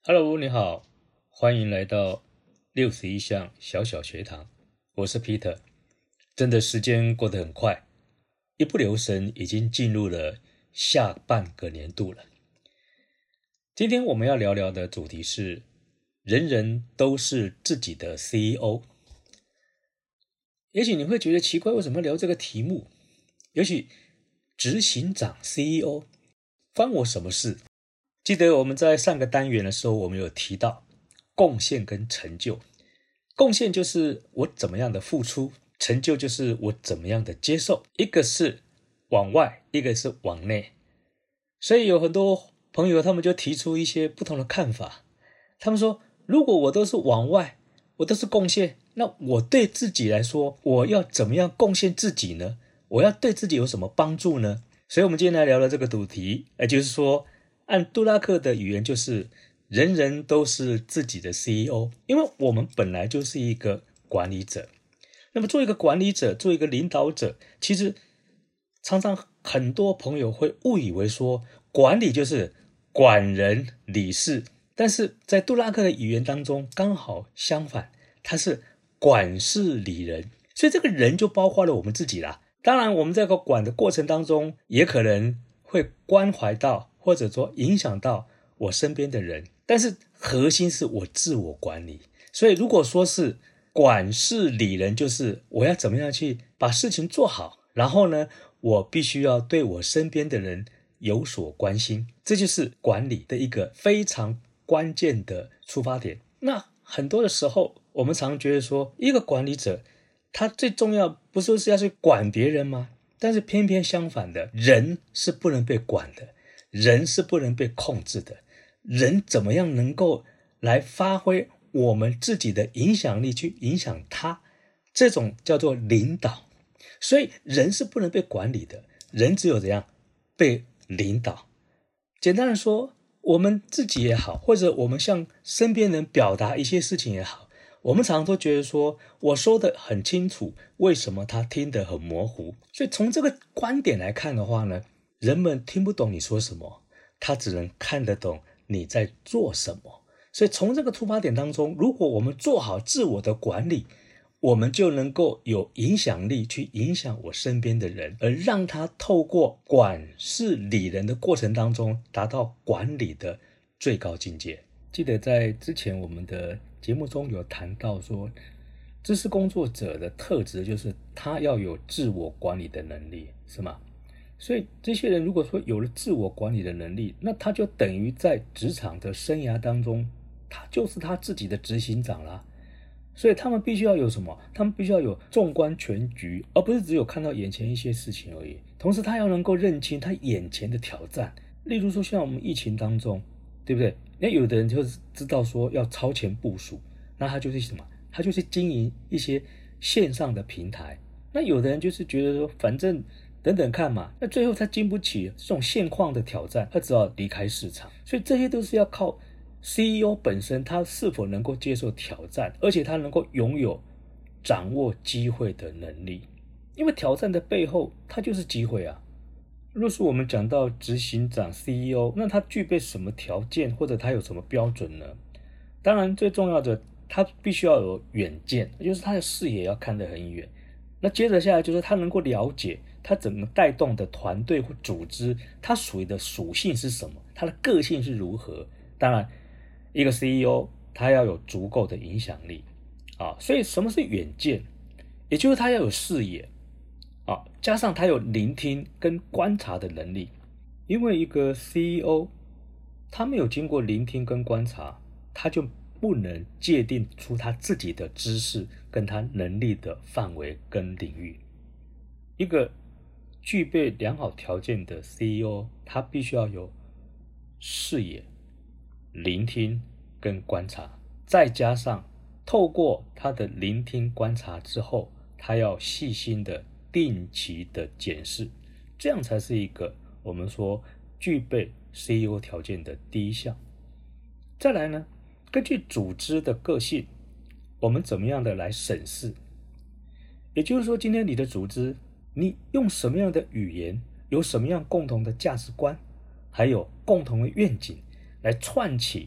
Hello，你好，欢迎来到61项小小学堂，我是 Peter。真的时间过得很快，一不留神已经进入了下半个年度了。今天我们要聊聊的主题是人人都是自己的 CEO。也许你会觉得奇怪，为什么要聊这个题目？也许执行长 CEO 关我什么事？记得我们在上个单元的时候，我们有提到贡献跟成就。贡献就是我怎么样的付出，成就就是我怎么样的接受。一个是往外，一个是往内。所以有很多朋友他们就提出一些不同的看法。他们说，如果我都是往外，我都是贡献，那我对自己来说，我要怎么样贡献自己呢？我要对自己有什么帮助呢？所以我们今天来聊了这个主题，就是说按杜拉克的语言，就是人人都是自己的 CEO， 因为我们本来就是一个管理者。那么做一个管理者，做一个领导者，其实常常很多朋友会误以为说管理就是管人理事，但是在杜拉克的语言当中刚好相反，他是管事理人，所以这个人就包括了我们自己啦。当然我们在这个管的过程当中，也可能会关怀到或者说影响到我身边的人，但是核心是我自我管理。所以如果说是管事理人，就是我要怎么样去把事情做好，然后呢，我必须要对我身边的人有所关心，这就是管理的一个非常关键的出发点。那很多的时候我们常觉得说，一个管理者他最重要不是要去管别人吗？但是偏偏相反的，人是不能被管的，人是不能被控制的。人怎么样能够来发挥我们自己的影响力去影响他，这种叫做领导。所以人是不能被管理的，人只有怎样被领导。简单的说，我们自己也好，或者我们向身边人表达一些事情也好，我们常常都觉得说我说得很清楚，为什么他听得很模糊？所以从这个观点来看的话呢，人们听不懂你说什么，他只能看得懂你在做什么。所以从这个出发点当中，如果我们做好自我的管理，我们就能够有影响力去影响我身边的人，而让他透过管事理人的过程当中达到管理的最高境界。记得在之前我们的节目中有谈到说，知识工作者的特质就是他要有自我管理的能力，是吗？所以这些人如果说有了自我管理的能力，那他就等于在职场的生涯当中，他就是他自己的执行长啦。所以他们必须要有什么？他们必须要有纵观全局，而不是只有看到眼前一些事情而已。同时他要能够认清他眼前的挑战，例如说像我们疫情当中，对不对？那有的人就是知道说要超前部署，那他就是什么？他就是经营一些线上的平台。那有的人就是觉得说反正等等看嘛，那最后他经不起这种现况的挑战，他只好离开市场。所以这些都是要靠CEO 本身他是否能够接受挑战，而且他能够拥有掌握机会的能力。因为挑战的背后它就是机会啊。若是我们讲到执行长 CEO， 那他具备什么条件，或者他有什么标准呢？当然最重要的，他必须要有远见，也就是他的视野要看得很远。那接着下来就是他能够了解他怎么带动的团队或组织，他属于的属性是什么，他的个性是如何。当然一个 CEO 他要有足够的影响力啊，所以什么是远见？也就是他要有视野啊，加上他有聆听跟观察的能力。因为一个 CEO 他没有经过聆听跟观察，他就不能界定出他自己的知识跟他能力的范围跟领域。一个具备良好条件的 CEO， 他必须要有视野、聆听跟观察，再加上透过他的聆听观察之后，他要细心的定期的检视，这样才是一个我们说具备 CEO 条件的第一项。再来呢，根据组织的个性，我们怎么样的来审视？也就是说，今天你的组织，你用什么样的语言，有什么样共同的价值观，还有共同的愿景，来串起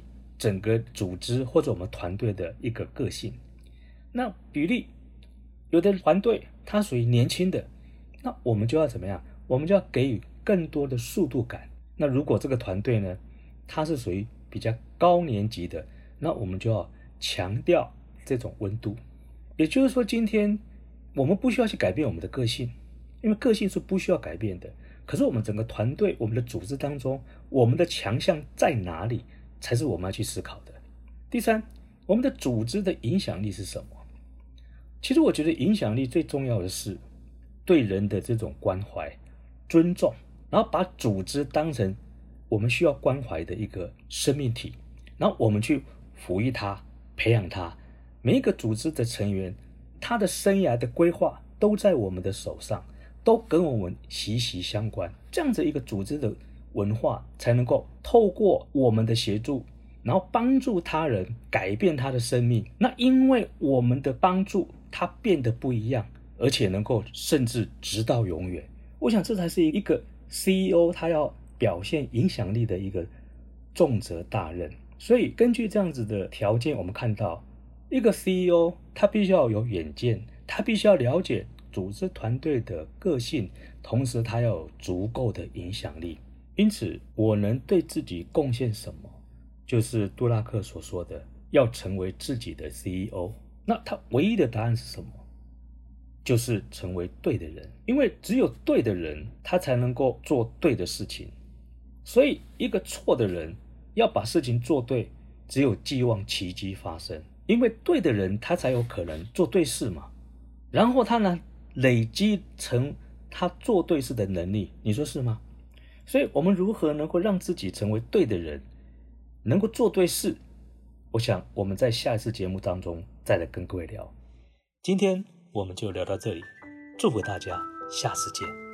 整个组织或者我们团队的一个个性。那举例，有的团队它属于年轻的，那我们就要怎么样？我们就要给予更多的速度感。那如果这个团队呢，它是属于比较高年级的，那我们就要强调这种温度。也就是说，今天我们不需要去改变我们的个性，因为个性是不需要改变的。可是我们整个团队，我们的组织当中，我们的强项在哪里，才是我们要去思考的。第三，我们的组织的影响力是什么？其实我觉得影响力最重要的是对人的这种关怀、尊重，然后把组织当成我们需要关怀的一个生命体，然后我们去抚育它、培养它。每一个组织的成员，他的生涯的规划都在我们的手上，都跟我们息息相关。这样子一个组织的文化，才能够透过我们的协助，然后帮助他人改变他的生命。那因为我们的帮助，他变得不一样，而且能够甚至直到永远。我想这才是一个 CEO 他要表现影响力的一个重责大任。所以根据这样子的条件，我们看到一个 CEO 他必须要有远见，他必须要了解组织团队的个性，同时他要有足够的影响力。因此我能对自己贡献什么，就是杜拉克所说的要成为自己的 CEO。 那他唯一的答案是什么？就是成为对的人。因为只有对的人，他才能够做对的事情。所以一个错的人要把事情做对，只有寄望奇迹发生。因为对的人他才有可能做对事嘛，然后他呢累积成他做对事的能力，你说是吗？所以我们如何能够让自己成为对的人，能够做对事，我想我们在下一次节目当中再来跟各位聊。今天我们就聊到这里，祝福大家，下次见。